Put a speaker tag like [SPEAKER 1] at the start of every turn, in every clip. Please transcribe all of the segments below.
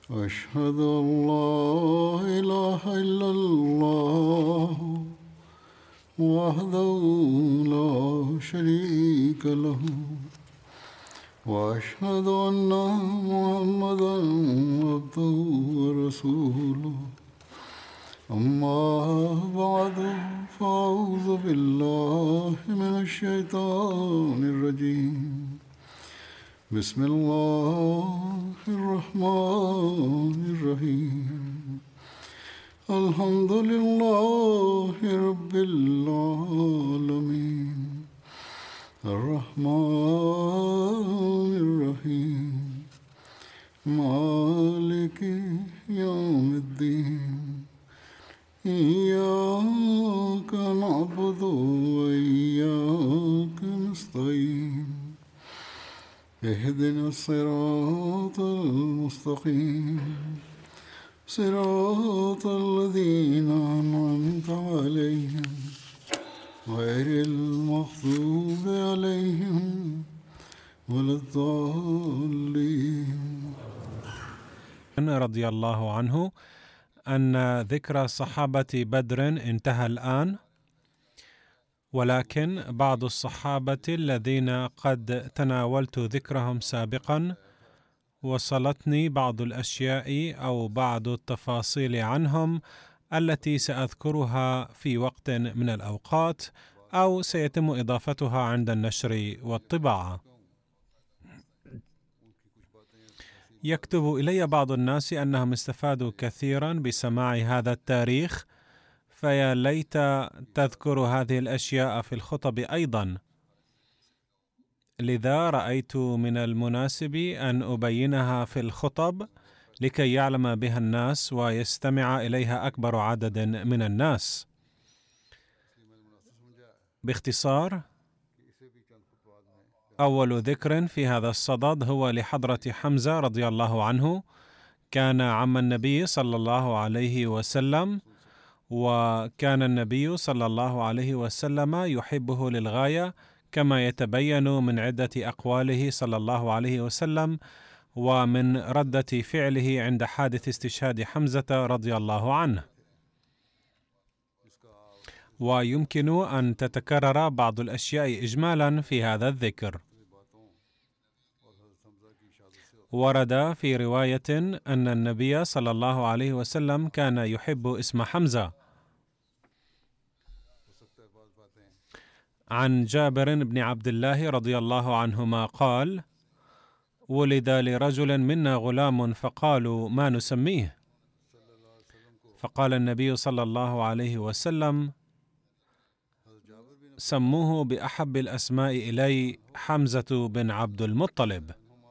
[SPEAKER 1] أشهد أن لا إله إلا الله وحده لا شريك له وأشهد أن محمدا عبده ورسوله أما بعد فأعوذ بالله من الشيطان الرجيم بسم الله الرحمن الرحيم الحمد لله رب العالمين الرحمن الرحيم مالك يوم الدين إياك نعبد وإياك نستعين اهدنا الصراط المستقيم صراط الذين أنعمت عليهم غير المغضوب عليهم ولا الضالين.
[SPEAKER 2] رضي الله عنه أن ذكر صحابة بدر انتهى الآن، ولكن بعض الصحابة الذين قد تناولت ذكرهم سابقا وصلتني بعض الأشياء أو بعض التفاصيل عنهم التي سأذكرها في وقت من الأوقات أو سيتم إضافتها عند النشر والطباعة. يكتب إلي بعض الناس أنهم استفادوا كثيرا بسماع هذا التاريخ، فيا ليت تذكر هذه الأشياء في الخطب أيضا، لذا رأيت من المناسب أن أبينها في الخطب لكي يعلم بها الناس ويستمع إليها أكبر عدد من الناس. باختصار، أول ذكر في هذا الصدد هو لحضرة حمزة رضي الله عنه، كان عم النبي صلى الله عليه وسلم، وكان النبي صلى الله عليه وسلم يحبه للغاية كما يتبين من عدة أقواله صلى الله عليه وسلم ومن ردة فعله عند حادث استشهاد حمزة رضي الله عنه. ويمكن أن تتكرر بعض الأشياء إجمالا في هذا الذكر. ورد في رواية أن النبي صلى الله عليه وسلم كان يحب اسم حمزة. عن جابر بن عبد الله رضي الله عنهما قال: ولد لرجل منا غلام فقالوا ما نسميه؟ فقال النبي صلى الله عليه وسلم: سموه بأحب الأسماء إلي حمزة بن عبد المطلب.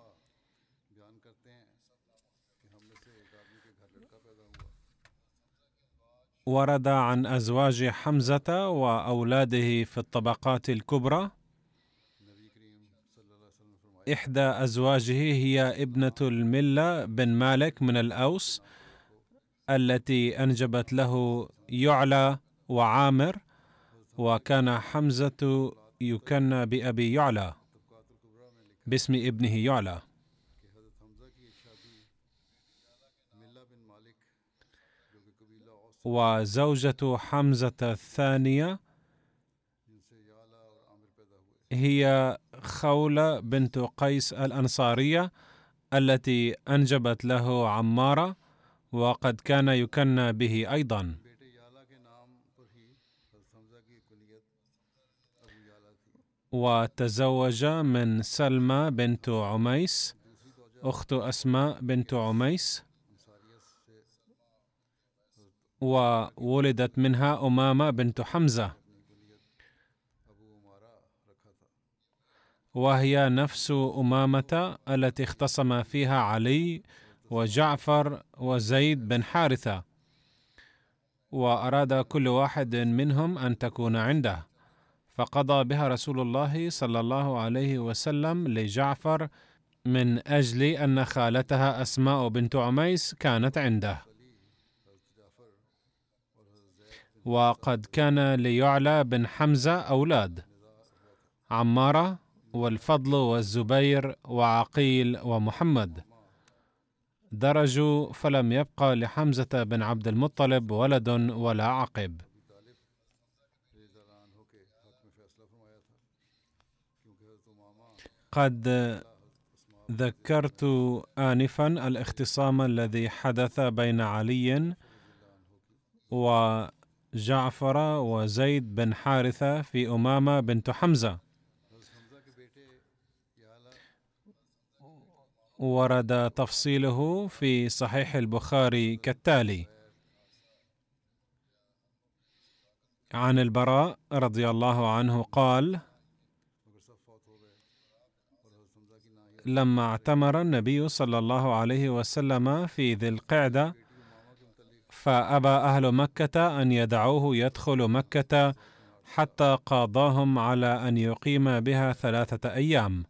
[SPEAKER 2] ورد عن أزواج حمزة وأولاده في الطبقات الكبرى. إحدى أزواجه هي ابنة الملة بن مالك من الأوس التي أنجبت له يعلى وعامر، وكان حمزة يكنى بأبي يعلى باسم ابنه يعلى. وزوجة حمزة الثانية هي خولة بنت قيس الأنصارية التي أنجبت له عمارة، وقد كان يكنى به أيضا. وتزوج من سلمى بنت عميس أخت أسماء بنت عميس، وولدت منها أمامة بنت حمزة، وهي نفس أمامة التي اختصم فيها علي وجعفر وزيد بن حارثة، وأراد كل واحد منهم أن تكون عنده، فقضى بها رسول الله صلى الله عليه وسلم لجعفر من أجل أن خالتها أسماء بنت عميس كانت عنده. وقد كان ليعلى بن حمزة أولاد: عمارة والفضل والزبير وعقيل ومحمد. درجوا فلم يبقى لحمزة بن عبد المطلب ولد ولا عقب. قد ذكرت آنفا الاختصام الذي حدث بين علي وجعفر وزيد بن حارثة في أمامة بنت حمزة. ورد تفصيله في صحيح البخاري كالتالي: عن البراء رضي الله عنه قال: لما اعتمر النبي صلى الله عليه وسلم في ذي القعدة فأبى أهل مكة أن يدعوه يدخل مكة حتى قاضاهم على أن يقيم بها 3 أيام.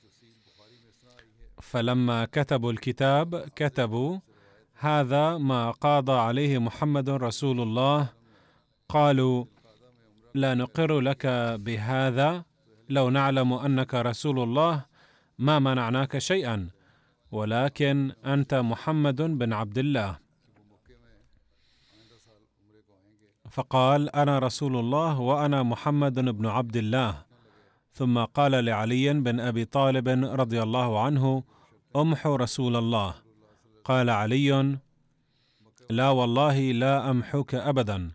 [SPEAKER 2] فلما كتبوا الكتاب كتبوا: هذا ما قاضى عليه محمد رسول الله. قالوا: لا نقر لك بهذا، لو نعلم أنك رسول الله ما منعناك شيئا، ولكن أنت محمد بن عبد الله. فقال: أنا رسول الله وأنا محمد بن عبد الله. ثم قال لعلي بن أبي طالب رضي الله عنه: أمحو رسول الله. قال علي: لا والله لا أمحوك أبدا.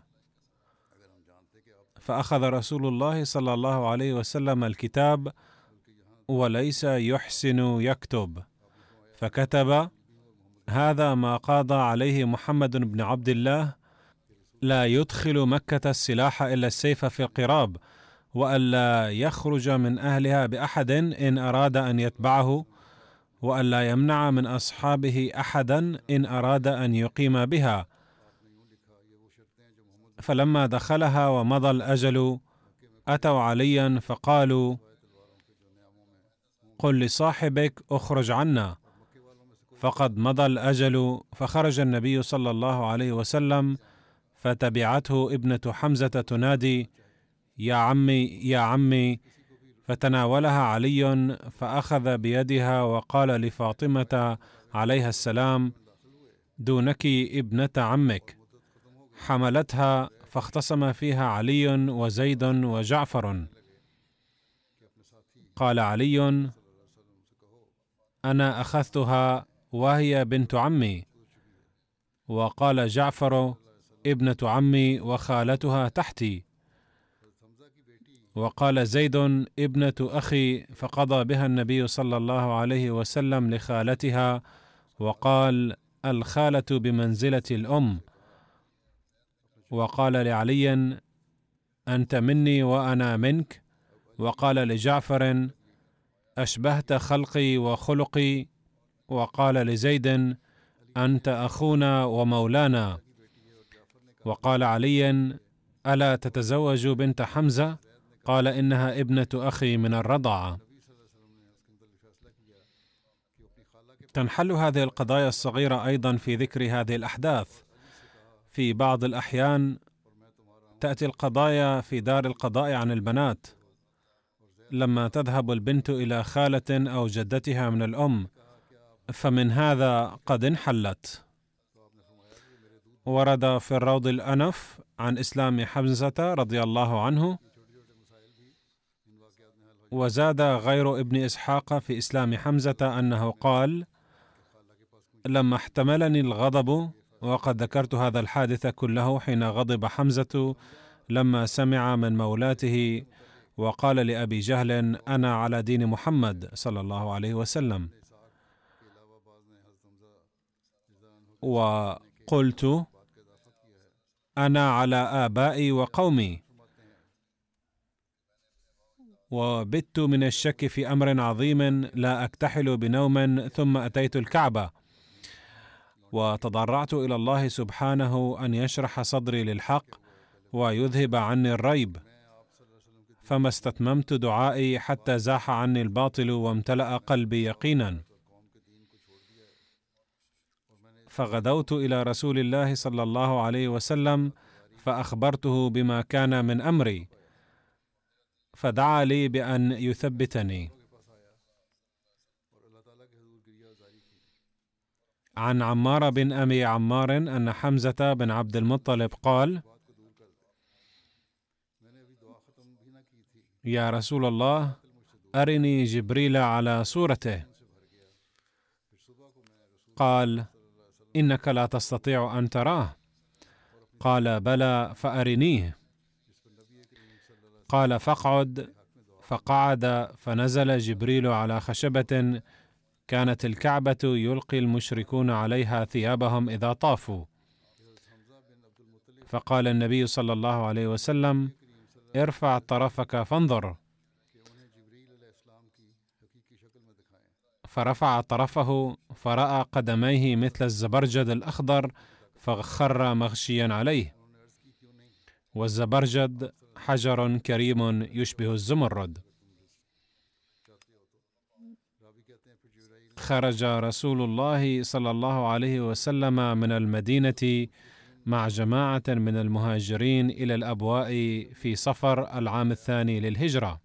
[SPEAKER 2] فأخذ رسول الله صلى الله عليه وسلم الكتاب وليس يحسن يكتب، فكتب: هذا ما قاضى عليه محمد بن عبد الله، لا يدخل مكة السلاح إلا السيف في القراب، وألا يخرج من أهلها بأحد إن أراد أن يتبعه، وألا يمنع من أصحابه أحدا إن أراد أن يقيم بها. فلما دخلها ومضى الأجل أتوا عليا فقالوا: قل لصاحبك اخرج عنا، فقد مضى الأجل. فخرج النبي صلى الله عليه وسلم فتبعته ابنة حمزة تنادي: يا عمي يا عمي. فتناولها علي فأخذ بيدها وقال لفاطمة عليها السلام: دونك ابنة عمك. حملتها فاختصم فيها علي وزيد وجعفر. قال علي: أنا أخذتها وهي بنت عمي. وقال جعفر: ابنة عمي وخالتها تحتي. وقال زيد: ابنة أخي. فقضى بها النبي صلى الله عليه وسلم لخالتها، وقال: الخالة بمنزلة الأم. وقال لعلي: أنت مني وأنا منك. وقال لجعفر: أشبهت خلقي وخلقي. وقال لزيد: أنت أخونا ومولانا. وقال علي: ألا تتزوج بنت حمزة؟ قال: إنها ابنة أخي من الرضاعة. تنحل هذه القضايا الصغيرة أيضا في ذكر هذه الأحداث. في بعض الأحيان تأتي القضايا في دار القضاء عن البنات، لما تذهب البنت إلى خالة أو جدتها من الأم، فمن هذا قد انحلت. ورد في الروض الأنف عن إسلام حمزة رضي الله عنه، وزاد غير ابن إسحاق في إسلام حمزة أنه قال: لما احتملني الغضب، وقد ذكرت هذا الحادث كله حين غضب حمزة لما سمع من مولاته وقال لأبي جهل: أنا على دين محمد صلى الله عليه وسلم. وقلت: أنا على آبائي وقومي. وبت من الشك في أمر عظيم لا أكتحل بنوم، ثم أتيت الكعبة وتضرعت إلى الله سبحانه أن يشرح صدري للحق ويذهب عني الريب، فما استتممت دعائي حتى زاح عني الباطل وامتلأ قلبي يقينا. فغدوت إلى رسول الله صلى الله عليه وسلم فأخبرته بما كان من أمري، فدعا لي بأن يثبتني. عن عمار بن أبي عمار أن حمزة بن عبد المطلب قال: يا رسول الله، أرني جبريل على صورته. قال: إنك لا تستطيع أن تراه. قال: بلى، فأرنيه. قال: فاقعد. فقعد، فنزل جبريل على خشبة كانت الكعبة يلقي المشركون عليها ثيابهم إذا طافوا. فقال النبي صلى الله عليه وسلم: ارفع طرفك فانظر. فرفع طرفه فرأى قدميه مثل الزبرجد الأخضر فخر مغشيا عليه، والزبرجد حجر كريم يشبه الزمرد. خرج رسول الله صلى الله عليه وسلم من المدينة مع جماعة من المهاجرين إلى الأبواء في صفر العام الثاني للهجرة،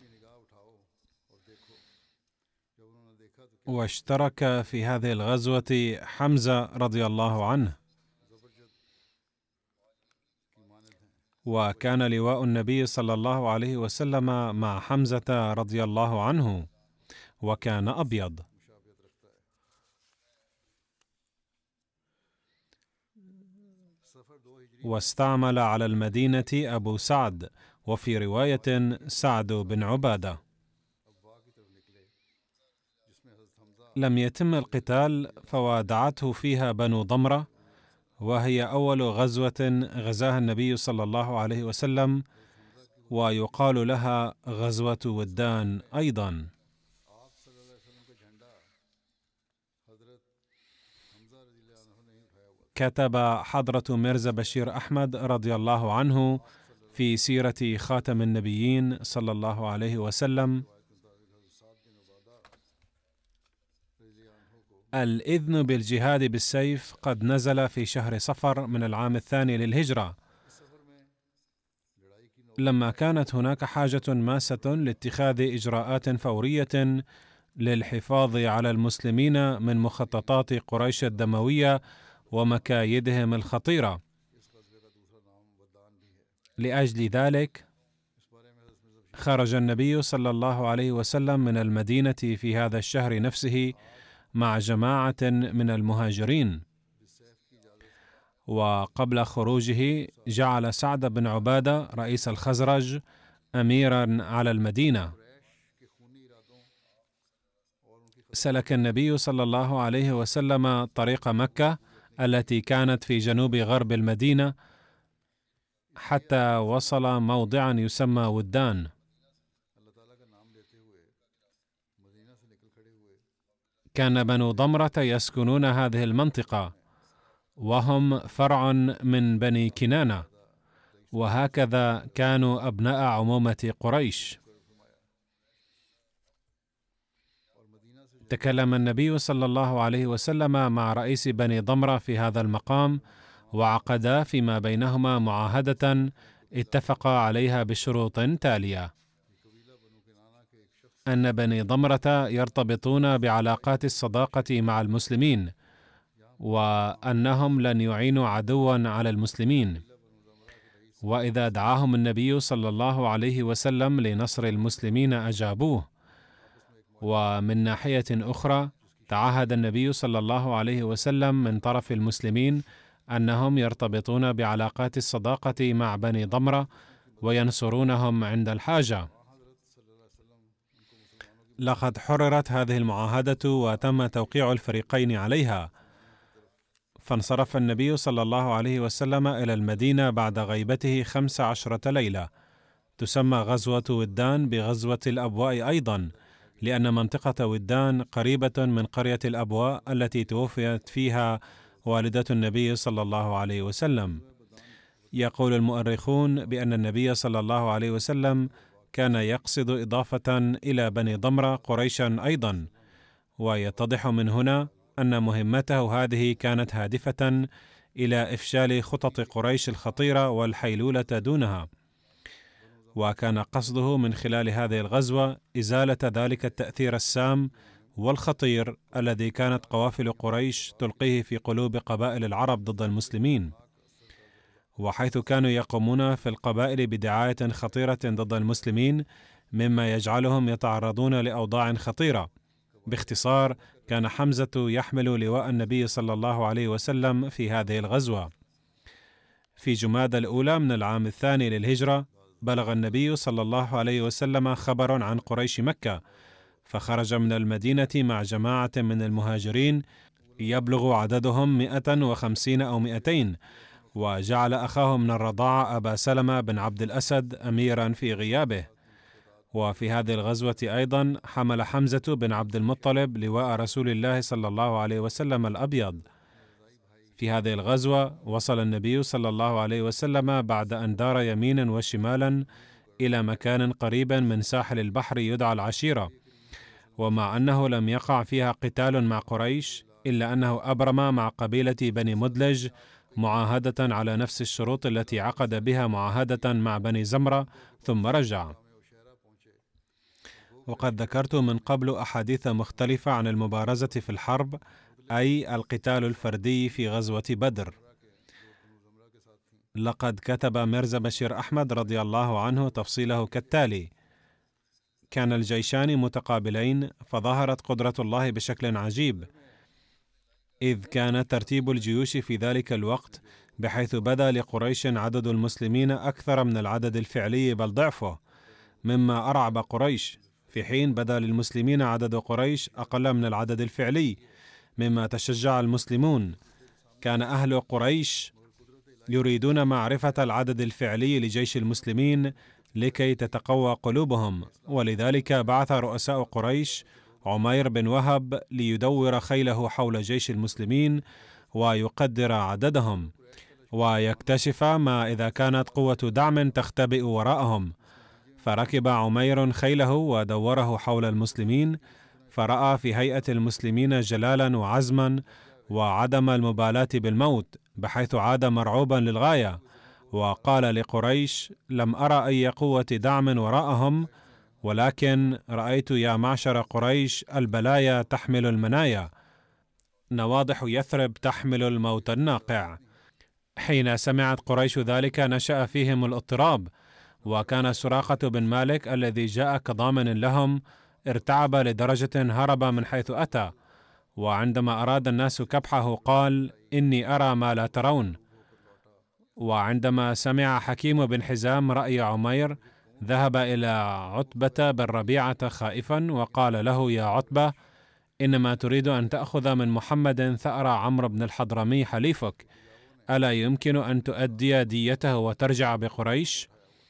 [SPEAKER 2] واشترك في هذه الغزوة حمزة رضي الله عنه، وكان لواء النبي صلى الله عليه وسلم مع حمزة رضي الله عنه، وكان أبيض. واستعمل على المدينة أبو سعد، وفي رواية سعد بن عبادة. لم يتم القتال، فوادعته فيها بنو ضمرة، وهي أول غزوة غزاها النبي صلى الله عليه وسلم، ويقال لها غزوة ودان أيضا. كتب حضرة ميرزا بشير أحمد رضي الله عنه في سيرة خاتم النبيين صلى الله عليه وسلم: الإذن بالجهاد بالسيف قد نزل في شهر صفر من العام الثاني للهجرة، لما كانت هناك حاجة ماسة لاتخاذ إجراءات فورية للحفاظ على المسلمين من مخططات قريش الدموية ومكايدهم الخطيرة. لأجل ذلك خرج النبي صلى الله عليه وسلم من المدينة في هذا الشهر نفسه مع جماعة من المهاجرين، وقبل خروجه جعل سعد بن عبادة رئيس الخزرج أميرا على المدينة. سلك النبي صلى الله عليه وسلم طريق مكة التي كانت في جنوب غرب المدينة حتى وصل موضعا يسمى ودان. كان بنو ضمرة يسكنون هذه المنطقة، وهم فرع من بني كنانة، وهكذا كانوا أبناء عمومة قريش. تكلم النبي صلى الله عليه وسلم مع رئيس بني ضمرة في هذا المقام، وعقدا فيما بينهما معاهدة اتفقا عليها بشروط تالية: أن بني ضمرة يرتبطون بعلاقات الصداقة مع المسلمين، وأنهم لن يعينوا عدوا على المسلمين، وإذا دعاهم النبي صلى الله عليه وسلم لنصر المسلمين أجابوه. ومن ناحية أخرى تعهد النبي صلى الله عليه وسلم من طرف المسلمين أنهم يرتبطون بعلاقات الصداقة مع بني ضمرة وينصرونهم عند الحاجة. لقد حررت هذه المعاهدة وتم توقيع الفريقين عليها، فانصرف النبي صلى الله عليه وسلم إلى المدينة بعد غيبته 15 ليلة. تسمى غزوة ودان بغزوة الأبواء أيضا، لأن منطقة ودان قريبة من قرية الأبواء التي توفيت فيها والدة النبي صلى الله عليه وسلم. يقول المؤرخون بأن النبي صلى الله عليه وسلم كان يقصد إضافة إلى بني ضمرة قريشا أيضا، ويتضح من هنا أن مهمته هذه كانت هادفة إلى إفشال خطط قريش الخطيرة والحيلولة دونها، وكان قصده من خلال هذه الغزوة إزالة ذلك التأثير السام والخطير الذي كانت قوافل قريش تلقيه في قلوب قبائل العرب ضد المسلمين، وحيث كانوا يقومون في القبائل بدعاية خطيرة ضد المسلمين مما يجعلهم يتعرضون لأوضاع خطيرة. باختصار، كان حمزة يحمل لواء النبي صلى الله عليه وسلم في هذه الغزوة. في جمادى الأولى من العام الثاني للهجرة بلغ النبي صلى الله عليه وسلم خبر عن قريش مكة، فخرج من المدينة مع جماعة من المهاجرين يبلغ عددهم 150 أو 200، وجعل أخاه من الرضاعة أبا سلمة بن عبد الأسد أميرا في غيابه. وفي هذه الغزوة أيضا حمل حمزة بن عبد المطلب لواء رسول الله صلى الله عليه وسلم الأبيض. في هذه الغزوة وصل النبي صلى الله عليه وسلم بعد أن دار يمينا وشمالا إلى مكان قريب من ساحل البحر يدعى العشيرة، ومع أنه لم يقع فيها قتال مع قريش إلا أنه أبرم مع قبيلة بني مدلج معاهدة على نفس الشروط التي عقد بها معاهدة مع بني زمرة ثم رجع. وقد ذكرت من قبل أحاديث مختلفة عن المبارزة في الحرب، أي القتال الفردي في غزوة بدر. لقد كتب ميرزا بشير أحمد رضي الله عنه تفصيله كالتالي: كان الجيشان متقابلين، فظهرت قدرة الله بشكل عجيب، إذ كان ترتيب الجيوش في ذلك الوقت بحيث بدا لقريش عدد المسلمين أكثر من العدد الفعلي بل ضعفه، مما أرعب قريش، في حين بدا للمسلمين عدد قريش أقل من العدد الفعلي، مما تشجع المسلمون. كان أهل قريش يريدون معرفة العدد الفعلي لجيش المسلمين لكي تتقوى قلوبهم، ولذلك بعث رؤساء قريش عمير بن وهب ليدور خيله حول جيش المسلمين ويقدر عددهم، ويكتشف ما إذا كانت قوة دعم تختبئ وراءهم. فركب عمير خيله ودوره حول المسلمين، فرأى في هيئة المسلمين جلالا وعزما وعدم المبالاة بالموت، بحيث عاد مرعوبا للغاية، وقال لقريش: لم أرى أي قوة دعم وراءهم، ولكن رأيت يا معشر قريش البلايا تحمل المنايا، نواضح يثرب تحمل الموت الناقع. حين سمعت قريش ذلك نشأ فيهم الاضطراب، وكان سراقة بن مالك الذي جاء كضامن لهم ارتعب لدرجة هرب من حيث أتى، وعندما أراد الناس كبحه قال: إني أرى ما لا ترون. وعندما سمع حكيم بن حزام رأي عمير ذهب إلى عتبة بن ربيعة خائفا وقال له: يا عتبة، إنما تريد أن تأخذ من محمد ثأر عمرو بن الحضرمي حليفك، ألا يمكن أن تؤدي ديته وترجع بقريش،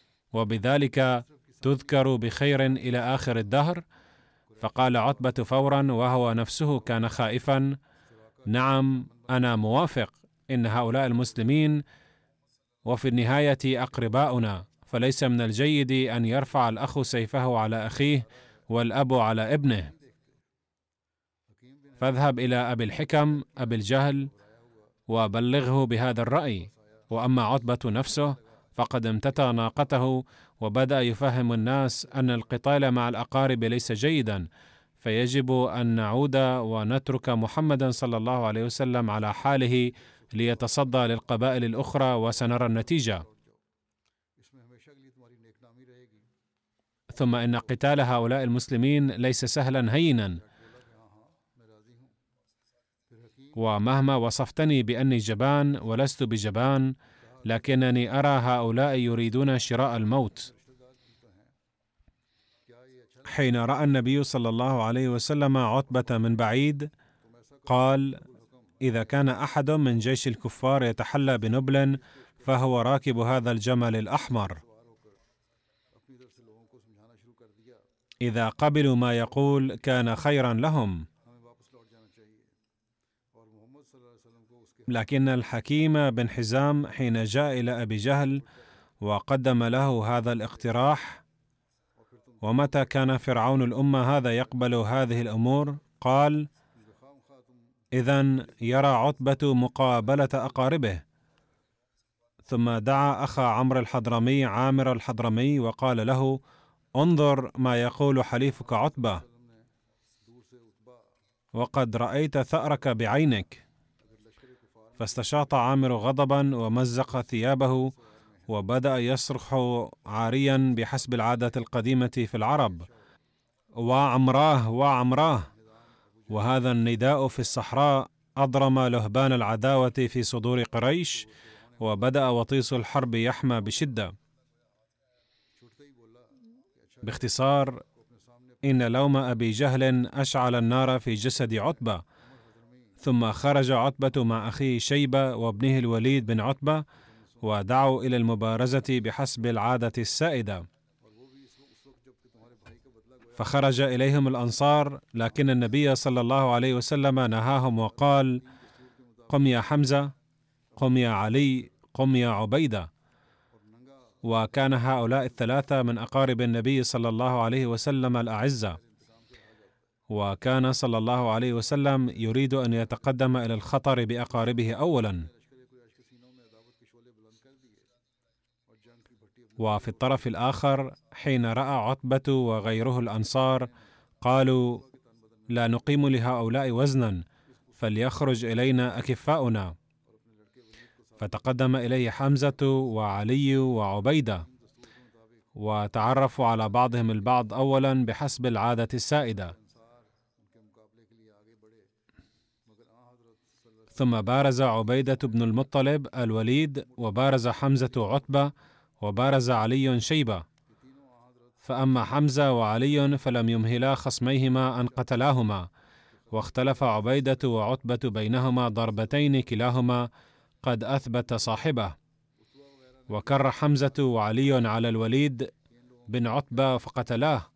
[SPEAKER 2] وبذلك تذكر بخير إلى آخر الدهر؟ فقال عتبة فورا وهو نفسه كان خائفا: نعم، أنا موافق، إن هؤلاء المسلمين وفي النهاية أقرباؤنا، فليس من الجيد أن يرفع الأخ سيفه على أخيه والأب على ابنه. فاذهب إلى أبي الحكم أبي الجهل وبلغه بهذا الرأي. وأما عتبة نفسه فقد امتطى ناقته وبدأ يفهم الناس أن القتال مع الأقارب ليس جيدا، فيجب أن نعود ونترك محمدا صلى الله عليه وسلم على حاله ليتصدى للقبائل الأخرى وسنرى النتيجة. ثم إن قتال هؤلاء المسلمين ليس سهلا هينا، ومهما وصفتني بأني جبان ولست بجبان، لكنني أرى هؤلاء يريدون شراء الموت. حين رأى النبي صلى الله عليه وسلم عتبة من بعيد قال: إذا كان أحد من جيش الكفار يتحلى بنبل فهو راكب هذا الجمل الأحمر. إذا قبلوا ما يقول كان خيرا لهم. لكن الحكيم بن حزام حين جاء إلى أبي جهل وقدم له هذا الاقتراح: ومتى كان فرعون الأمة هذا يقبل هذه الأمور؟ قال: إذن يرى عتبة مقابلة أقاربه. ثم دعا أخا عمرو الحضرمي عامر الحضرمي وقال له: انظر ما يقول حليفك عتبة. وقد رأيت ثأرك بعينك. فاستشاط عامر غضبا ومزق ثيابه وبدأ يصرخ عاريا بحسب العادة القديمة في العرب: وعمراه وعمراه. وهذا النداء في الصحراء أضرم لهبان العداوة في صدور قريش، وبدأ وطيس الحرب يحمى بشدة. باختصار، إن لوم أبي جهل أشعل النار في جسد عتبة. ثم خرج عتبة مع أخيه شيبة وابنه الوليد بن عتبة، ودعوا إلى المبارزة بحسب العادة السائدة. فخرج إليهم الأنصار، لكن النبي صلى الله عليه وسلم نهاهم وقال: قم يا حمزة، قم يا علي، قم يا عبيدة. وكان هؤلاء الثلاثة من أقارب النبي صلى الله عليه وسلم الأعزة، وكان صلى الله عليه وسلم يريد أن يتقدم إلى الخطر بأقاربه أولا. وفي الطرف الآخر، حين رأى عتبة وغيره الأنصار، قالوا: لا نقيم لهؤلاء وزنا، فليخرج إلينا أكفاؤنا. فتقدم إليه حمزة وعلي وعبيدة، وتعرفوا على بعضهم البعض أولا بحسب العادة السائدة. ثم بارز عبيدة بن المطلب الوليد، وبارز حمزة عتبة، وبارز علي شيبة. فأما حمزة وعلي فلم يمهلا خصميهما أن قتلاهما، واختلف عبيدة وعتبة بينهما ضربتين كلاهما قد أثبت صاحبه. وكر حمزة وعلي على الوليد بن عتبة فقتلاه،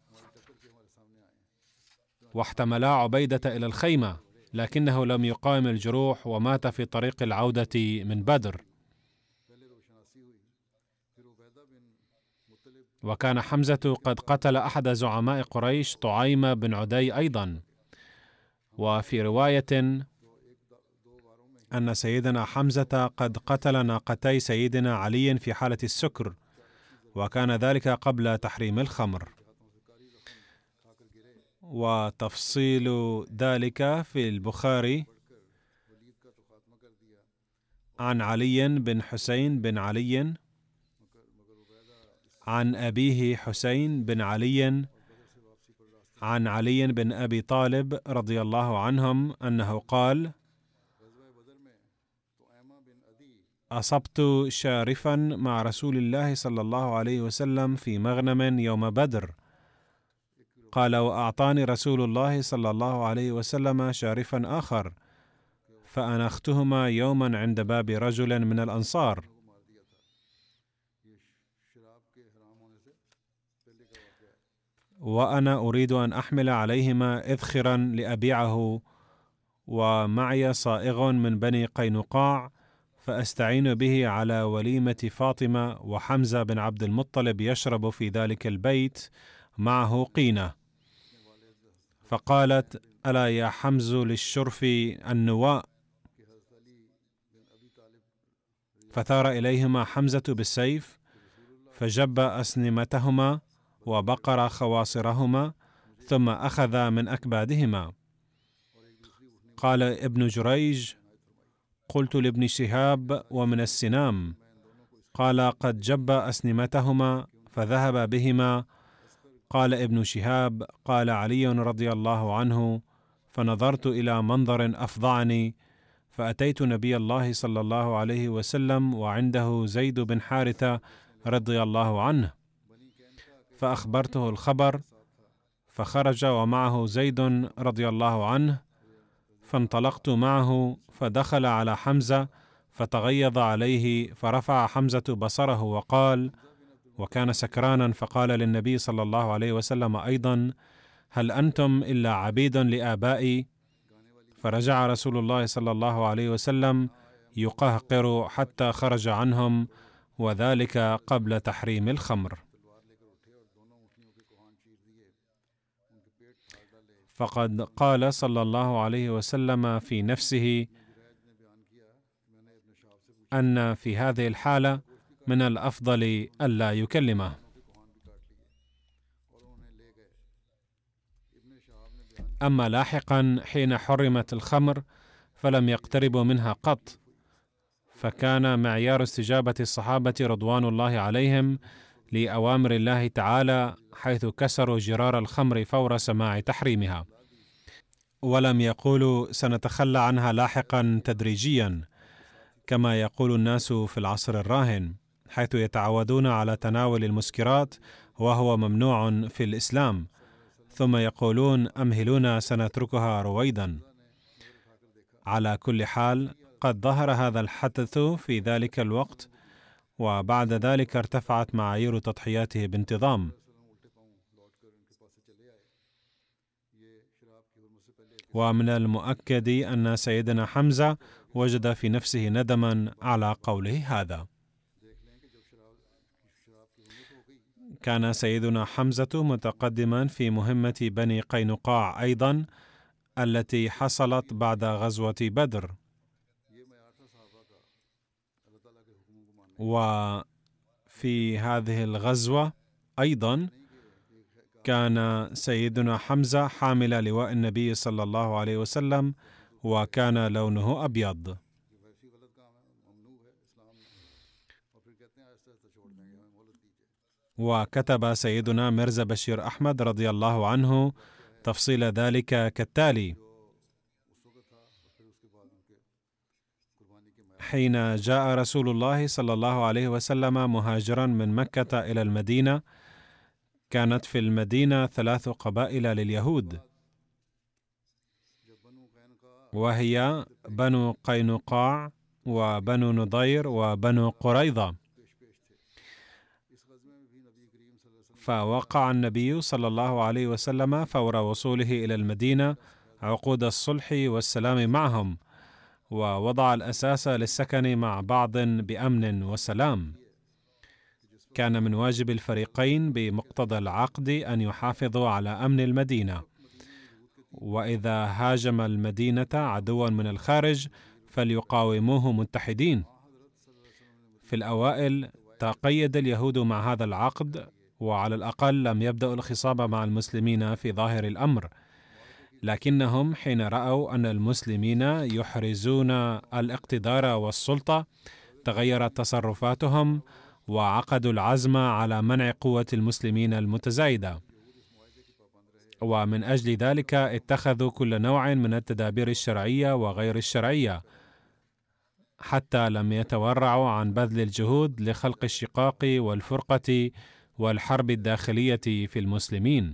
[SPEAKER 2] واحتملا عبيدة إلى الخيمة، لكنه لم يقاوم الجروح ومات في طريق العودة من بدر. وكان حمزة قد قتل أحد زعماء قريش، طعيم بن عدي أيضا. وفي رواية أن سيدنا حمزة قد قتل ناقتي سيدنا علي في حالة السكر، وكان ذلك قبل تحريم الخمر. وتفصيل ذلك في البخاري عن علي بن حسين بن علي عن أبيه حسين بن علي عن علي بن أبي طالب رضي الله عنهم أنه قال: أصبت شارفا مع رسول الله صلى الله عليه وسلم في مغنم يوم بدر. قال: وأعطاني رسول الله صلى الله عليه وسلم شارفا آخر، فأنختهما يوما عند باب رجل من الأنصار. وأنا أريد أن أحمل عليهما إذخرا لأبيعه، ومعي صائغ من بني قينقاع، فأستعين به على وليمة فاطمة، وحمزة بن عبد المطلب يشرب في ذلك البيت معه قينة. فقالت: ألا يا حمز للشرف النواء؟ فثار إليهما حمزة بالسيف، فجب أسنمتهما وبقر خواصرهما، ثم أخذ من أكبادهما. قال ابن جريج: قلت لابن شهاب: ومن السنام؟ قال: قد جب أسنمتهما فذهب بهما. قال ابن شهاب: قال علي رضي الله عنه: فنظرت إلى منظر أفظعني، فأتيت نبي الله صلى الله عليه وسلم وعنده زيد بن حارثة رضي الله عنه، فأخبرته الخبر، فخرج ومعه زيد رضي الله عنه، فانطلقت معه، فدخل على حمزة فتغيظ عليه، فرفع حمزة بصره وقال، وكان سكرانا، فقال للنبي صلى الله عليه وسلم أيضا: هل أنتم إلا عبيد لآبائي؟ فرجع رسول الله صلى الله عليه وسلم يقهقر حتى خرج عنهم، وذلك قبل تحريم الخمر. فقد قال صلى الله عليه وسلم في نفسه أن في هذه الحالة من الأفضل ألا يكلمه. أما لاحقا حين حرمت الخمر فلم يقتربوا منها قط، فكان معيار استجابة الصحابة رضوان الله عليهم لأوامر الله تعالى حيث كسروا جرار الخمر فور سماع تحريمها، ولم يقولوا سنتخلى عنها لاحقا تدريجيا كما يقول الناس في العصر الراهن، حيث يتعودون على تناول المسكرات وهو ممنوع في الإسلام، ثم يقولون أمهلونا سنتركها رويدا. على كل حال قد ظهر هذا الحدث في ذلك الوقت، وبعد ذلك ارتفعت معايير تضحياته بانتظام. ومن المؤكد أن سيدنا حمزة وجد في نفسه ندما على قوله هذا. كان سيدنا حمزة متقدما في مهمة بني قينقاع أيضا التي حصلت بعد غزوة بدر، وفي هذه الغزوة أيضا كان سيدنا حمزة حامل لواء النبي صلى الله عليه وسلم، وكان لونه أبيض. وكتب سيدنا ميرزا بشير أحمد رضي الله عنه تفصيل ذلك كالتالي: حين جاء رسول الله صلى الله عليه وسلم مهاجرا من مكة إلى المدينة، كانت في المدينة 3 قبائل لليهود، وهي بنو قينقاع وبنو نضير وبنو قريظة. فوقع النبي صلى الله عليه وسلم فور وصوله إلى المدينة عقود الصلح والسلام معهم، ووضع الأساس للسكن مع بعض بأمن وسلام. كان من واجب الفريقين بمقتضى العقد أن يحافظوا على أمن المدينة، وإذا هاجم المدينة عدوا من الخارج فليقاوموه متحدين. في الأوائل تقيد اليهود مع هذا العقد، وعلى الأقل لم يبدأوا الخصام مع المسلمين في ظاهر الأمر، لكنهم حين رأوا أن المسلمين يحرزون الاقتدار والسلطة تغيرت تصرفاتهم، وعقدوا العزم على منع قوة المسلمين المتزايدة، ومن أجل ذلك اتخذوا كل نوع من التدابير الشرعية وغير الشرعية، حتى لم يتورعوا عن بذل الجهود لخلق الشقاق والفرقة والحرب الداخلية في المسلمين.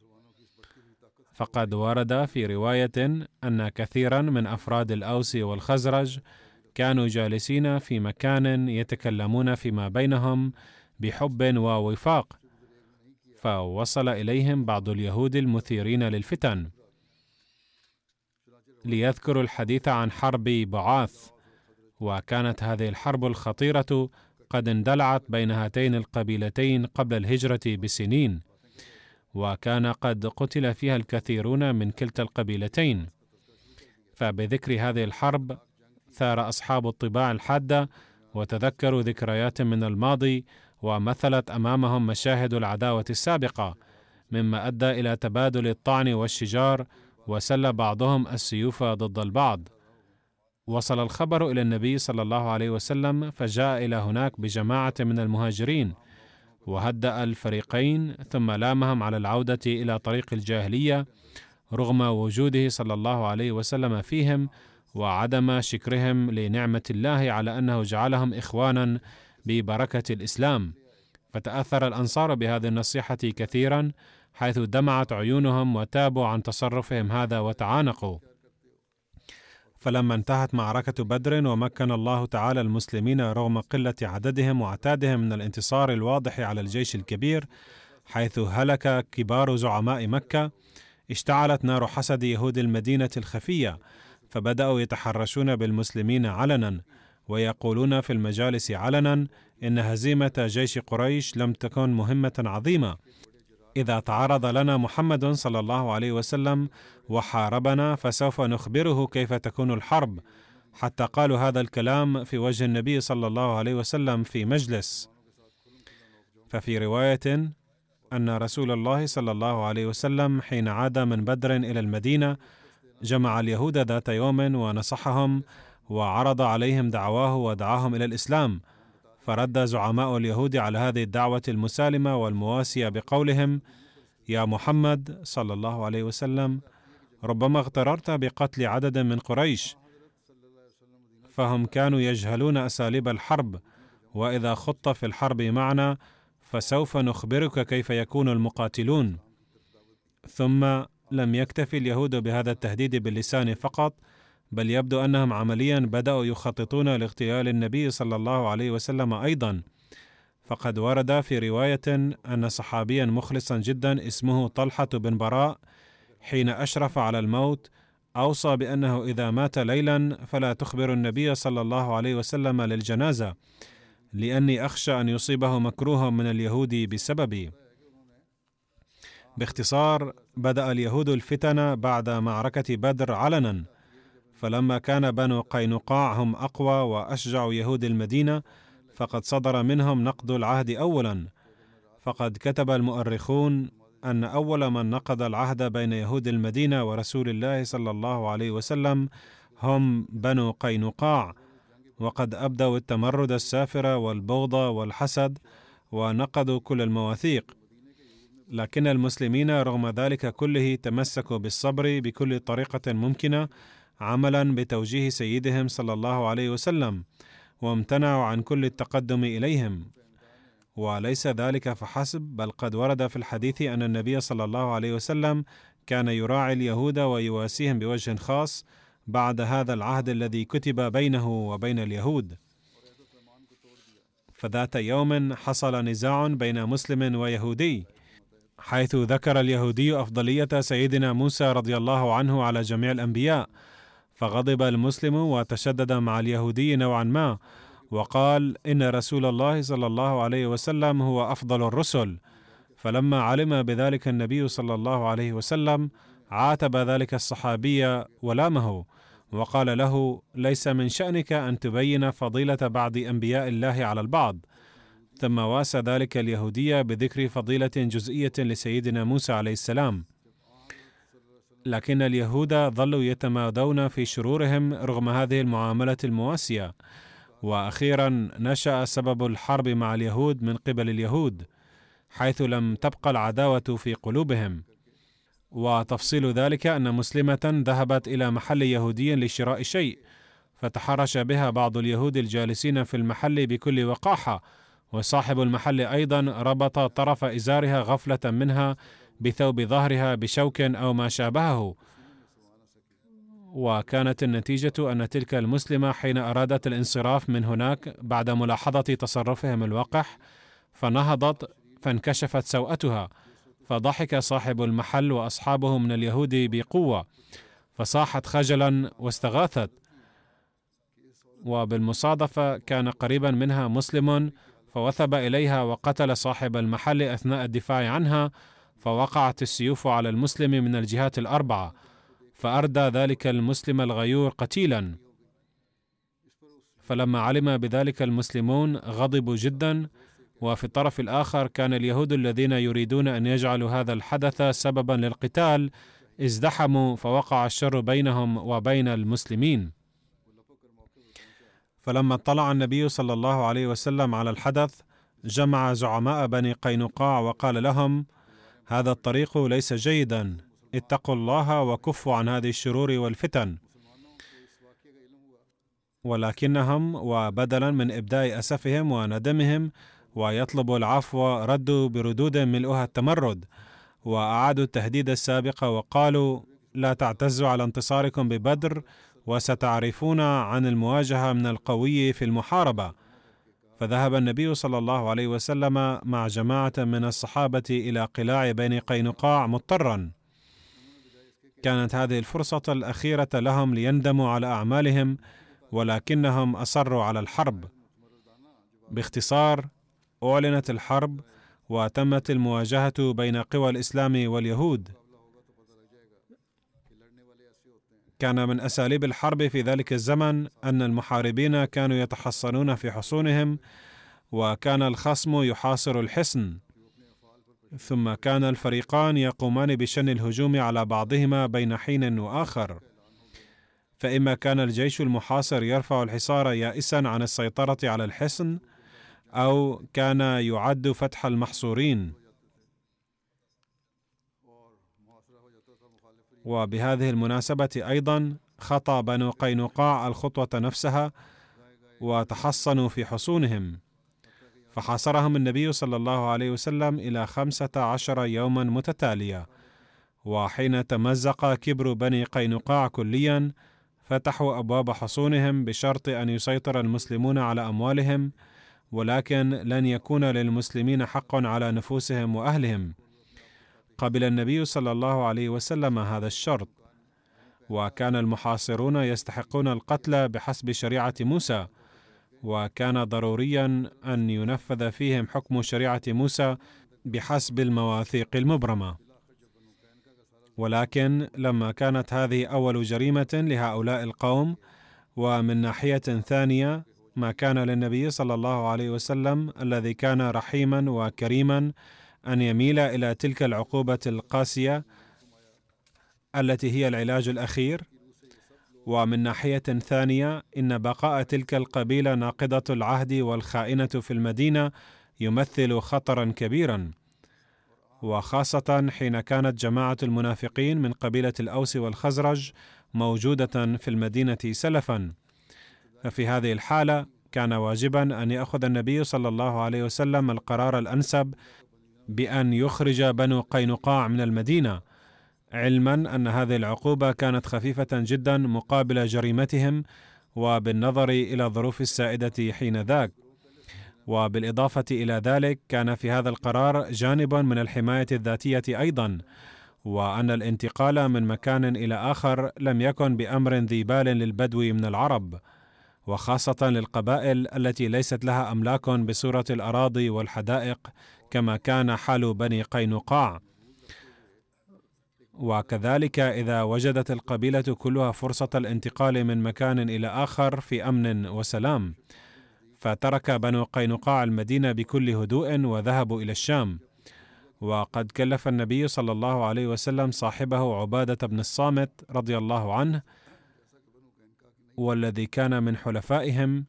[SPEAKER 2] فقد ورد في رواية أن كثيرا من أفراد الأوس والخزرج كانوا جالسين في مكان يتكلمون فيما بينهم بحب ووفاق، فوصل إليهم بعض اليهود المثيرين للفتن ليذكروا الحديث عن حرب بعاث، وكانت هذه الحرب الخطيرة قد اندلعت بين هاتين القبيلتين قبل الهجرة بسنين، وكان قد قتل فيها الكثيرون من كلتا القبيلتين. فبذكر هذه الحرب ثار أصحاب الطباع الحادة وتذكروا ذكريات من الماضي، ومثلت أمامهم مشاهد العداوة السابقة، مما أدى إلى تبادل الطعن والشجار، وسل بعضهم السيوف ضد البعض. وصل الخبر إلى النبي صلى الله عليه وسلم، فجاء إلى هناك بجماعة من المهاجرين وهدأ الفريقين، ثم لامهم على العودة إلى طريق الجاهلية رغم وجوده صلى الله عليه وسلم فيهم، وعدم شكرهم لنعمة الله على أنه جعلهم إخوانا ببركة الإسلام. فتأثر الأنصار بهذه النصيحة كثيرا، حيث دمعت عيونهم وتابوا عن تصرفهم هذا وتعانقوا. فلما انتهت معركة بدر ومكن الله تعالى المسلمين رغم قلة عددهم وعتادهم من الانتصار الواضح على الجيش الكبير، حيث هلك كبار زعماء مكة، اشتعلت نار حسد يهود المدينة الخفية، فبدأوا يتحرشون بالمسلمين علنا، ويقولون في المجالس علنا إن هزيمة جيش قريش لم تكن مهمة عظيمة. إذا تعرض لنا محمد صلى الله عليه وسلم وحاربنا فسوف نخبره كيف تكون الحرب، حتى قالوا هذا الكلام في وجه النبي صلى الله عليه وسلم في مجلس. ففي رواية أن رسول الله صلى الله عليه وسلم حين عاد من بدر إلى المدينة جمع اليهود ذات يوم ونصحهم وعرض عليهم دعواه ودعاهم إلى الإسلام، فرد زعماء اليهود على هذه الدعوة المسالمة والمواسية بقولهم: يا محمد صلى الله عليه وسلم، ربما اغتررت بقتل عدد من قريش، فهم كانوا يجهلون أساليب الحرب، وإذا خضت في الحرب معنا فسوف نخبرك كيف يكون المقاتلون. ثم لم يكتفي اليهود بهذا التهديد باللسان فقط، بل يبدو أنهم عمليا بدأوا يخططون لاغتيال النبي صلى الله عليه وسلم أيضا، فقد ورد في رواية أن صحابيا مخلصا جدا اسمه طلحة بن براء حين أشرف على الموت أوصى بأنه إذا مات ليلا فلا تخبر النبي صلى الله عليه وسلم للجنازة، لأني أخشى أن يصيبه مكروه من اليهود بسببي. باختصار، بدأ اليهود الفتن بعد معركة بدر علنا، فلما كان بنو قينقاع هم أقوى وأشجع يهود المدينة فقد صدر منهم نقض العهد أولا، فقد كتب المؤرخون أن أول من نقض العهد بين يهود المدينة ورسول الله صلى الله عليه وسلم هم بنو قينقاع، وقد أبدوا التمرد السافر والبغض والحسد ونقضوا كل المواثيق، لكن المسلمين رغم ذلك كله تمسكوا بالصبر بكل طريقة ممكنة عملا بتوجيه سيدهم صلى الله عليه وسلم، وامتنعوا عن كل التقدم إليهم. وليس ذلك فحسب، بل قد ورد في الحديث أن النبي صلى الله عليه وسلم كان يراعي اليهود ويواسيهم بوجه خاص بعد هذا العهد الذي كتب بينه وبين اليهود. فذات يوم حصل نزاع بين مسلم ويهودي، حيث ذكر اليهودي أفضلية سيدنا موسى رضي الله عنه على جميع الأنبياء، فغضب المسلم وتشدد مع اليهودي نوعا ما، وقال إن رسول الله صلى الله عليه وسلم هو أفضل الرسل. فلما علم بذلك النبي صلى الله عليه وسلم عاتب ذلك الصحابي ولامه، وقال له: ليس من شأنك أن تبين فضيلة بعض أنبياء الله على البعض. ثم واسى ذلك اليهودي بذكر فضيلة جزئية لسيدنا موسى عليه السلام، لكن اليهود ظلوا يتمادون في شرورهم رغم هذه المعاملة المواسية، وأخيرا نشأ سبب الحرب مع اليهود من قبل اليهود، حيث لم تبقى العداوة في قلوبهم. وتفصيل ذلك أن مسلمة ذهبت إلى محل يهودي لشراء شيء، فتحرش بها بعض اليهود الجالسين في المحل بكل وقاحة، وصاحب المحل أيضا ربط طرف إزارها غفلة منها بثوب ظهرها بشوك أو ما شابهه. وكانت النتيجة أن تلك المسلمة حين أرادت الانصراف من هناك بعد ملاحظة تصرفهم الوقح فنهضت فانكشفت سوءتها، فضحك صاحب المحل وأصحابه من اليهود بقوة، فصاحت خجلا واستغاثت، وبالمصادفة كان قريبا منها مسلم فوثب إليها وقتل صاحب المحل أثناء الدفاع عنها، فوقعت السيوف على المسلم من الجهات الأربعة، فأردى ذلك المسلم الغيور قتيلا. فلما علم بذلك المسلمون غضبوا جدا، وفي الطرف الآخر كان اليهود الذين يريدون أن يجعلوا هذا الحدث سببا للقتال ازدحموا، فوقع الشر بينهم وبين المسلمين. فلما اطلع النبي صلى الله عليه وسلم على الحدث جمع زعماء بني قينقاع وقال لهم: هذا الطريق ليس جيدا، اتقوا الله وكفوا عن هذه الشرور والفتن. ولكنهم وبدلا من إبداء أسفهم وندمهم ويطلبوا العفو ردوا بردود ملؤها التمرد، وأعادوا التهديد السابق وقالوا: لا تعتزوا على انتصاركم ببدر، وستعرفون عن المواجهة من القوي في المحاربة. فذهب النبي صلى الله عليه وسلم مع جماعة من الصحابة إلى قلاع بني قينقاع مضطرا. كانت هذه الفرصة الأخيرة لهم ليندموا على أعمالهم، ولكنهم أصروا على الحرب. باختصار، أعلنت الحرب وتمت المواجهة بين قوى الإسلام واليهود. كان من أساليب الحرب في ذلك الزمن أن المحاربين كانوا يتحصنون في حصونهم، وكان الخصم يحاصر الحصن، ثم كان الفريقان يقومان بشن الهجوم على بعضهما بين حين وآخر، فإما كان الجيش المحاصر يرفع الحصار يائسا عن السيطرة على الحصن، أو كان يعد فتح المحصورين. وبهذه المناسبة أيضا خطى بنو قينقاع الخطوة نفسها وتحصنوا في حصونهم، فحاصرهم النبي صلى الله عليه وسلم إلى 15 يوما متتالية. وحين تمزق كبر بني قينقاع كليا فتحوا أبواب حصونهم بشرط أن يسيطر المسلمون على أموالهم، ولكن لن يكون للمسلمين حق على نفوسهم وأهلهم. قبل النبي صلى الله عليه وسلم هذا الشرط، وكان المحاصرون يستحقون القتل بحسب شريعة موسى، وكان ضروريا أن ينفذ فيهم حكم شريعة موسى بحسب المواثيق المبرمة. ولكن لما كانت هذه أول جريمة لهؤلاء القوم، ومن ناحية ثانية ما كان للنبي صلى الله عليه وسلم الذي كان رحيما وكريما أن يميل إلى تلك العقوبة القاسية التي هي العلاج الأخير، ومن ناحية ثانية إن بقاء تلك القبيلة ناقضة العهد والخائنة في المدينة يمثل خطرا كبيرا، وخاصة حين كانت جماعة المنافقين من قبيلة الأوس والخزرج موجودة في المدينة سلفا. ففي هذه الحالة كان واجبا أن يأخذ النبي صلى الله عليه وسلم القرار الأنسب بأن يخرج بنو قينقاع من المدينة، علما أن هذه العقوبة كانت خفيفة جدا مقابل جريمتهم وبالنظر إلى الظروف السائدة حين ذاك. وبالإضافة إلى ذلك كان في هذا القرار جانب من الحماية الذاتية أيضا، وأن الانتقال من مكان إلى آخر لم يكن بأمر ذي بال للبدو من العرب، وخاصة للقبائل التي ليست لها أملاك بصورة الأراضي والحدائق كما كان حال بني قينقاع. وكذلك إذا وجدت القبيلة كلها فرصة الانتقال من مكان إلى آخر في أمن وسلام، فترك بنو قينقاع المدينة بكل هدوء وذهبوا إلى الشام. وقد كلف النبي صلى الله عليه وسلم صاحبه عبادة بن الصامت رضي الله عنه، والذي كان من حلفائهم،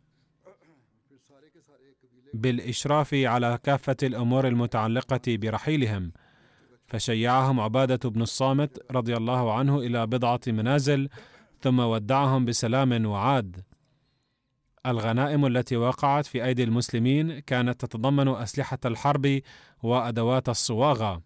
[SPEAKER 2] بالإشراف على كافة الأمور المتعلقة برحيلهم، فشيعهم عبادة بن الصامت رضي الله عنه إلى بضعة منازل، ثم ودعهم بسلام وعاد. الغنائم التي وقعت في أيدي المسلمين كانت تتضمن أسلحة الحرب وأدوات الصواغة.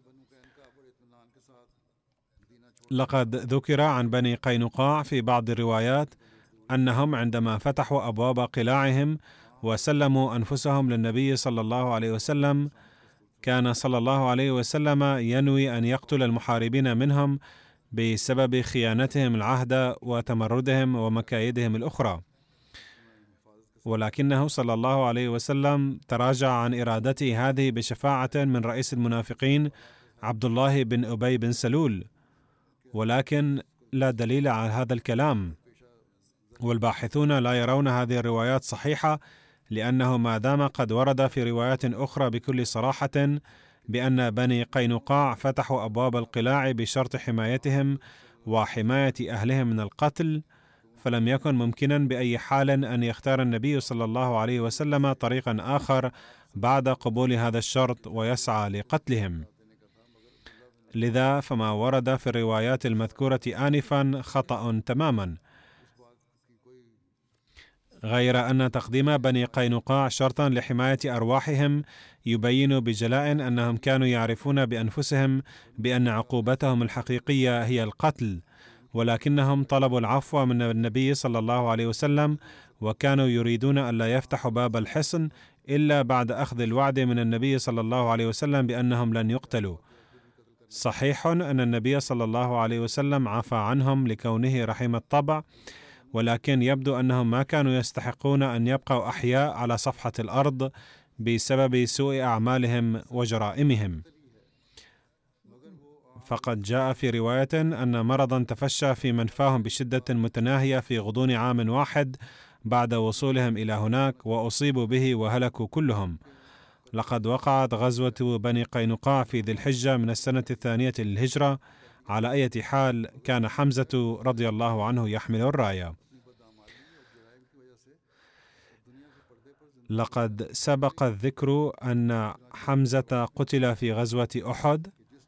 [SPEAKER 2] لقد ذكر عن بني قينقاع في بعض الروايات أنهم عندما فتحوا أبواب قلاعهم وسلموا أنفسهم للنبي صلى الله عليه وسلم، كان صلى الله عليه وسلم ينوي أن يقتل المحاربين منهم بسبب خيانتهم العهد وتمردهم ومكايدهم الأخرى، ولكنه صلى الله عليه وسلم تراجع عن إرادته هذه بشفاعة من رئيس المنافقين عبد الله بن أبي بن سلول، ولكن لا دليل على هذا الكلام، والباحثون لا يرون هذه الروايات صحيحة، لأنه ما دام قد ورد في روايات أخرى بكل صراحة بأن بني قينقاع فتحوا أبواب القلاع بشرط حمايتهم وحماية أهلهم من القتل، فلم يكن ممكنا بأي حال أن يختار النبي صلى الله عليه وسلم طريقا آخر بعد قبول هذا الشرط ويسعى لقتلهم. لذا فما ورد في الروايات المذكورة آنفا خطأ تماما، غير أن تقديم بني قينقاع شرطا لحماية أرواحهم يبين بجلاء أنهم كانوا يعرفون بأنفسهم بأن عقوبتهم الحقيقية هي القتل، ولكنهم طلبوا العفو من النبي صلى الله عليه وسلم، وكانوا يريدون ألا يفتحوا باب الحصن إلا بعد أخذ الوعد من النبي صلى الله عليه وسلم بأنهم لن يقتلوا. صحيح أن النبي صلى الله عليه وسلم عفى عنهم لكونه رحيم الطبع، ولكن يبدو أنهم ما كانوا يستحقون أن يبقوا أحياء على صفحة الأرض بسبب سوء أعمالهم وجرائمهم. فقد جاء في رواية أن مرضا تفشى في منفاهم بشدة متناهية في غضون عام واحد بعد وصولهم إلى هناك، وأصيبوا به وهلكوا كلهم. لقد وقعت غزوة بني قينقاع في ذي الحجة من السنة 2 للهجرة. على أي حال كان حمزة رضي الله عنه يحمل الراية. لقد سبق الذكر أن حمزة قتل في غزوة أحد،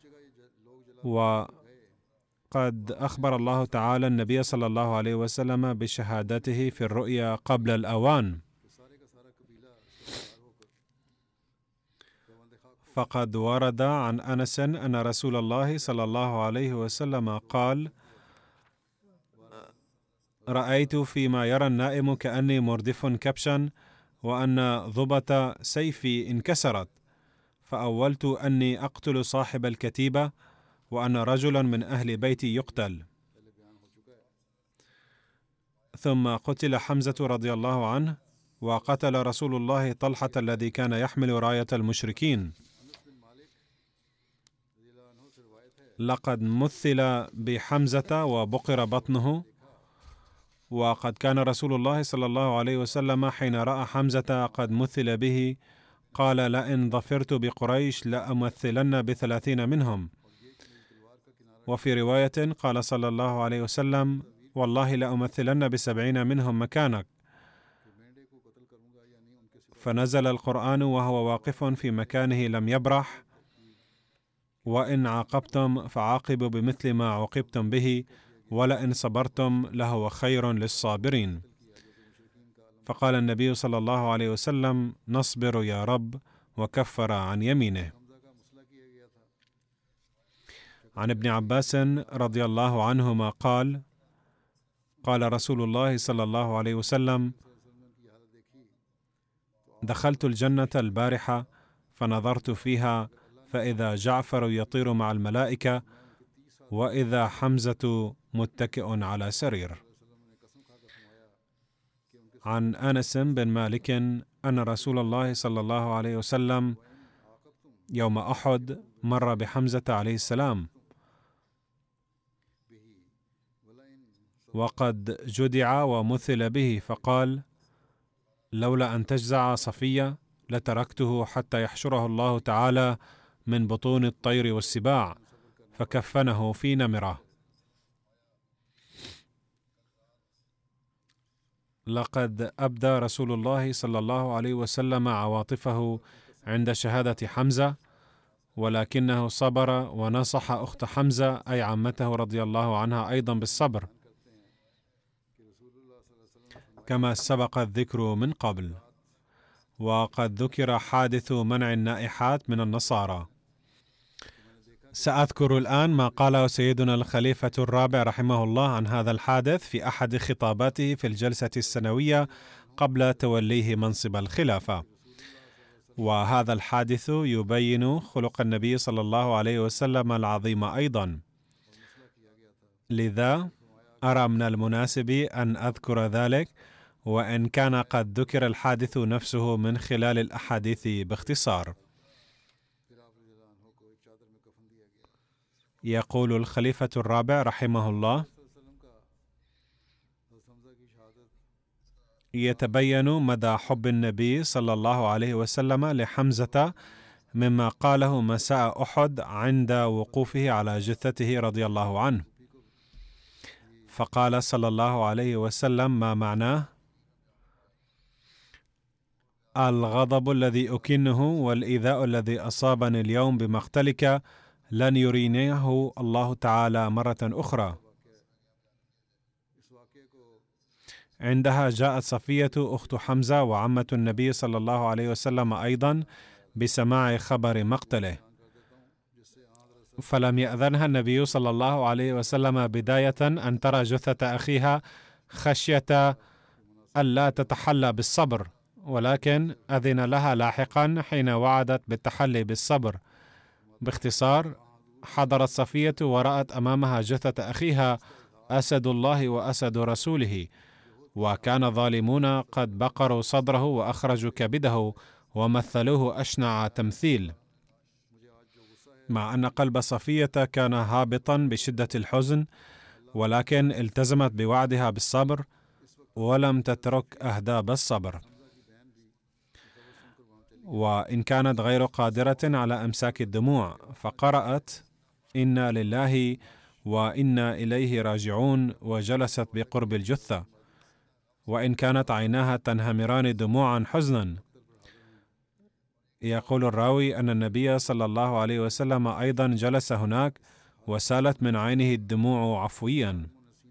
[SPEAKER 2] وقد أخبر الله تعالى النبي صلى الله عليه وسلم بشهادته في الرؤيا قبل الأوان. فقد ورد عن أنس أن رسول الله صلى الله عليه وسلم قال: رأيت فيما يرى النائم كأني مردف كبشا، وأن ضبة سيفي انكسرت، فأولت أني أقتل صاحب الكتيبة وأن رجلا من أهل بيتي يقتل. ثم قتل حمزة رضي الله عنه، وقتل رسول الله طلحة الذي كان يحمل راية المشركين. لقد مثل بحمزة وبقر بطنه، وقد كان رسول الله صلى الله عليه وسلم حين رأى حمزة قد مثل به قال: لئن ظفرت بقريش لأمثلن ب30 منهم. وفي رواية قال صلى الله عليه وسلم: والله لأمثلن ب70 منهم مكانك. فنزل القرآن وهو واقف في مكانه لم يبرح: وإن عاقبتم فعاقبوا بمثل ما عوقبتم به، ولئن صبرتم لهو خير للصابرين. فقال النبي صلى الله عليه وسلم: نصبر يا رب، وكفر عن يمينه. عن ابن عباس رضي الله عنهما قال: قال رسول الله صلى الله عليه وسلم: دخلت الجنة البارحة فنظرت فيها فإذا جعفر يطير مع الملائكة، وإذا حمزة متكئ على سرير. عن أنس بن مالك أن رسول الله صلى الله عليه وسلم يوم أحد مر بحمزة عليه السلام وقد جدع ومثل به، فقال: لولا أن تجزع صفية لتركته حتى يحشره الله تعالى من بطون الطير والسباع، فكفنه في نمرة. لقد أبدى رسول الله صلى الله عليه وسلم عواطفه عند شهادة حمزة، ولكنه صبر ونصح أخت حمزة أي عمته رضي الله عنها أيضا بالصبر، كما سبق الذكر من قبل. وقد ذكر حادث منع النائحات من النصارى. سأذكر الآن ما قاله سيدنا الخليفة الرابع رحمه الله عن هذا الحادث في أحد خطاباته في الجلسة السنوية قبل توليه منصب الخلافة. وهذا الحادث يبين خلق النبي صلى الله عليه وسلم العظيم أيضا، لذا أرى من المناسب أن أذكر ذلك، وإن كان قد ذكر الحادث نفسه من خلال الأحاديث باختصار. يقول الخليفة الرابع رحمه الله: يتبين مدى حب النبي صلى الله عليه وسلم لحمزة مما قاله مساء أحد عند وقوفه على جثته رضي الله عنه، فقال صلى الله عليه وسلم ما معناه: الغضب الذي أكنه والإيذاء الذي أصابني اليوم بمقتلك لن يرينيه الله تعالى مرة أخرى. عندها جاءت صفية أخت حمزة وعمة النبي صلى الله عليه وسلم أيضا بسماع خبر مقتله، فلم يأذنها النبي صلى الله عليه وسلم بداية أن ترى جثة أخيها خشية ألا تتحلى بالصبر، ولكن أذن لها لاحقا حين وعدت بالتحلي بالصبر. باختصار، حضرت صفية ورأت أمامها جثة أخيها أسد الله وأسد رسوله، وكان الظالمون قد بقروا صدره وأخرجوا كبده ومثلوه أشنع تمثيل، مع أن قلب صفية كان هابطا بشدة الحزن، ولكن التزمت بوعدها بالصبر ولم تترك أهداب الصبر. وإن كانت غير قادرة على إمساك الدموع، فقرأت إنا لله وإنا إليه راجعون وجلست بقرب الجثة، وإن كانت عيناها تنهمران دموعا حزنا. يقول الراوي أن النبي صلى الله عليه وسلم أيضا جلس هناك وسالت من عينه الدموع عفويا.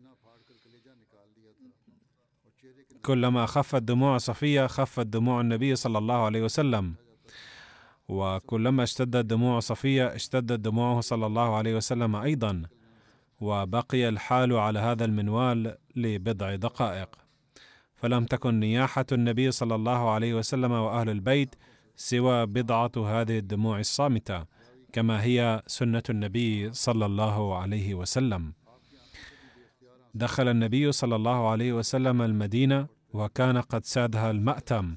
[SPEAKER 2] كلما خفت دموع صفية خفت دموع النبي صلى الله عليه وسلم، وكلما اشتدت دموع صفية اشتدت دموعه صلى الله عليه وسلم أيضا، وبقي الحال على هذا المنوال لبضع دقائق، فلم تكن نياحة النبي صلى الله عليه وسلم وأهل البيت سوى بضعة هذه الدموع الصامتة، كما هي سنة النبي صلى الله عليه وسلم. دخل النبي صلى الله عليه وسلم المدينة وكان قد سادها المأتم،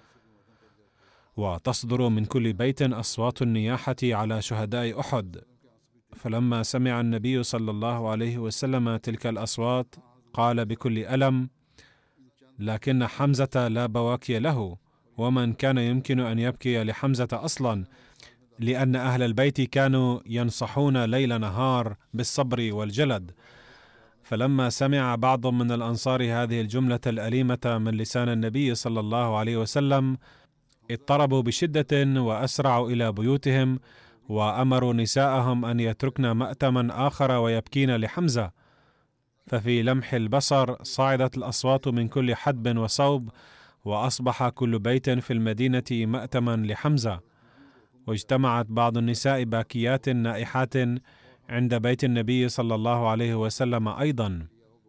[SPEAKER 2] وتصدر من كل بيت أصوات النياحة على شهداء أحد. فلما سمع النبي صلى الله عليه وسلم تلك الأصوات قال بكل ألم: لكن حمزة لا بواكي له، ومن كان يمكن أن يبكي لحمزة أصلا، لأن أهل البيت كانوا ينصحون ليل نهار بالصبر والجلد. فلما سمع بعض من الأنصار هذه الجملة الأليمة من لسان النبي صلى الله عليه وسلم اضطربوا بشدة وأسرعوا إلى بيوتهم، وأمروا نساءهم أن يتركن مأتما آخر ويبكين لحمزة. ففي لمح البصر صعدت الأصوات من كل حدب وصوب، وأصبح كل بيت في المدينة مأتما لحمزة. واجتمعت بعض النساء باكيات نائحات عند بيت النبي صلى الله عليه وسلم أيضا.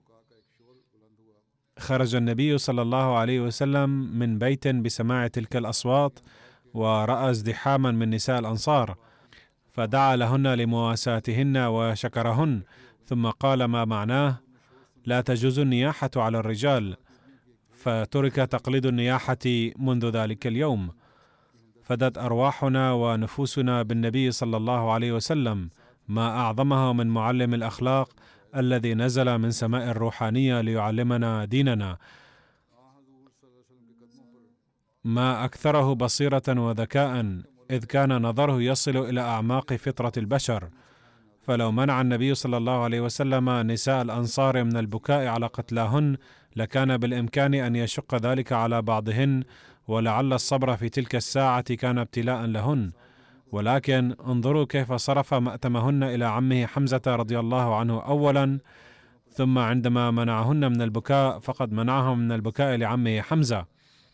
[SPEAKER 2] خرج النبي صلى الله عليه وسلم من بيت بسماع تلك الأصوات، ورأى ازدحاما من نساء الأنصار، فدعا لهن لمواساتهن وشكرهن، ثم قال ما معناه: لا تجوز النياحة على الرجال، فترك تقليد النياحة منذ ذلك اليوم. فدت أرواحنا ونفوسنا بالنبي صلى الله عليه وسلم، ما أعظمه من معلم الأخلاق الذي نزل من سماء الروحانية ليعلمنا ديننا، ما أكثره بصيرة وذكاء، إذ كان نظره يصل إلى أعماق فطرة البشر. فلو منع النبي صلى الله عليه وسلم نساء الأنصار من البكاء على قتلاهن لكان بالإمكان أن يشق ذلك على بعضهن، ولعل الصبر في تلك الساعة كان ابتلاء لهن. ولكن انظروا كيف صرف مأتمهن إلى عمه حمزة رضي الله عنه أولا، ثم عندما منعهن من البكاء فقد منعهم من البكاء لعمه حمزة.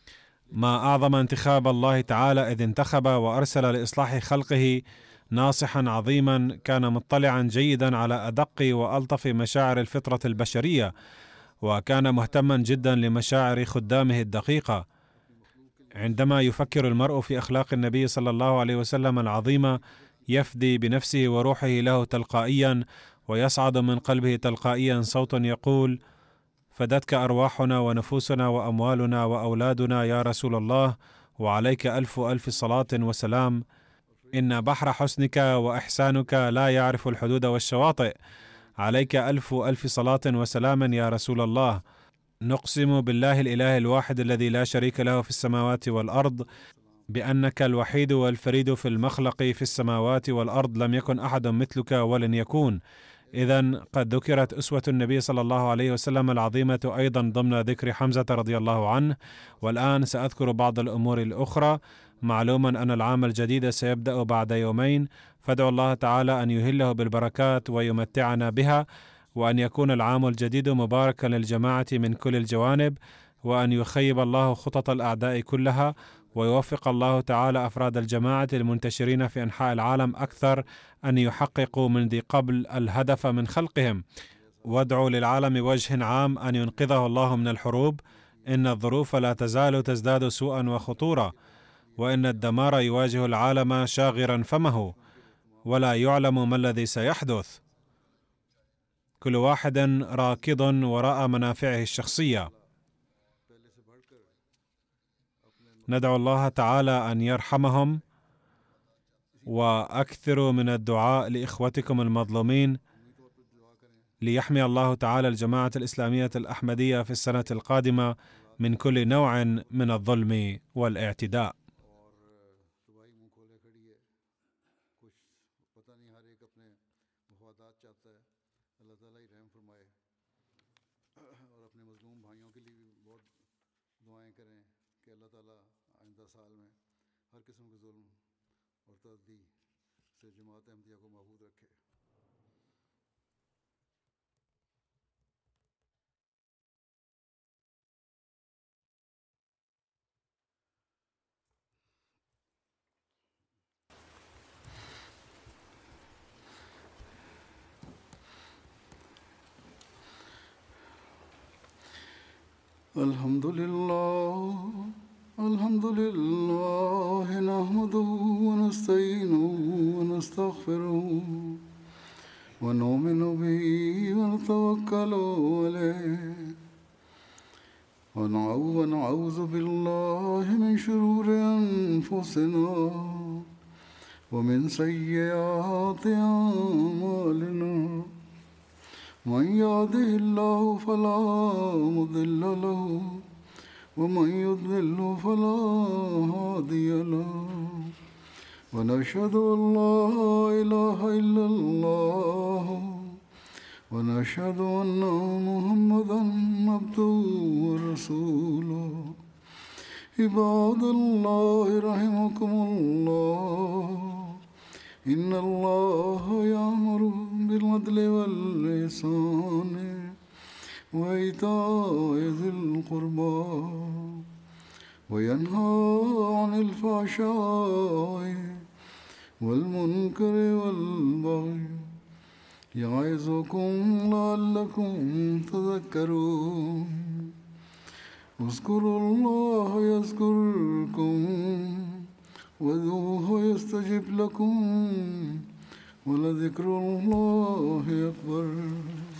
[SPEAKER 2] ما أعظم انتخاب الله تعالى، إذ انتخب وأرسل لإصلاح خلقه ناصحا عظيما كان مطلعا جيدا على أدق وألطف مشاعر الفطرة البشرية، وكان مهتما جدا لمشاعر خدامه الدقيقة. عندما يفكر المرء في أخلاق النبي صلى الله عليه وسلم العظيمة يفدي بنفسه وروحه له تلقائيا، ويصعد من قلبه تلقائيا صوت يقول: فدتك أرواحنا ونفوسنا وأموالنا وأولادنا يا رسول الله، وعليك ألف ألف صلاة وسلام. إن بحر حسنك وإحسانك لا يعرف الحدود والشواطئ، عليك ألف ألف صلاة وسلام يا رسول الله. نقسم بالله الإله الواحد الذي لا شريك له في السماوات والأرض بأنك الوحيد والفريد في المخلق في السماوات والأرض، لم يكن أحد مثلك ولن يكون. إذن قد ذكرت أسوة النبي صلى الله عليه وسلم العظيمة أيضا ضمن ذكر حمزة رضي الله عنه. والآن سأذكر بعض الأمور الأخرى. معلوما أن العام الجديد سيبدأ بعد يومين، فادعوا الله تعالى أن يهله بالبركات ويمتعنا بها، وأن يكون العام الجديد مباركا للجماعة من كل الجوانب، وأن يخيب الله خطط الأعداء كلها، ويوفق الله تعالى أفراد الجماعة المنتشرين في أنحاء العالم أكثر أن يحققوا من ذي قبل الهدف من خلقهم. وادعوا للعالم بوجه عام أن ينقذه الله من الحروب، إن الظروف لا تزال تزداد سوءا وخطورة، وإن الدمار يواجه العالم شاغرا فمه، ولا يعلم ما الذي سيحدث. كل واحد راكض وراء منافعه الشخصية. ندعو الله تعالى أن يرحمهم، وأكثروا من الدعاء لإخوتكم المظلومين، ليحمي الله تعالى الجماعة الإسلامية الأحمدية في السنة القادمة من كل نوع من الظلم والاعتداء.
[SPEAKER 1] کہ اللہ تعالیٰ آئندہ سال میں ہر قسم کے ظلم اور تعدی سے جماعت احمدیہ کو محفوظ رکھے. الحمد لله نحمده ونستعينه ونستغفره ونؤمن به ونتوكل عليه ونعوذ بالله من شرور أنفسنا ومن سيئات أعمالنا من يهده الله فلا مضل له ومن يضلل فلا هادي له ونشهد أن لا إله إلا الله ونشهد أن محمدا عبده ورسوله. عباد الله رحمكم الله إن الله يأمر بالعدل والإحسان وإيتاء ذي القربى وينهى عن الفحشاء والمنكر والبغي يعظكم لعلكم تذكرون. اذكروا الله يذكركم وادعوه يستجب لكم ولذكر الله أكبر.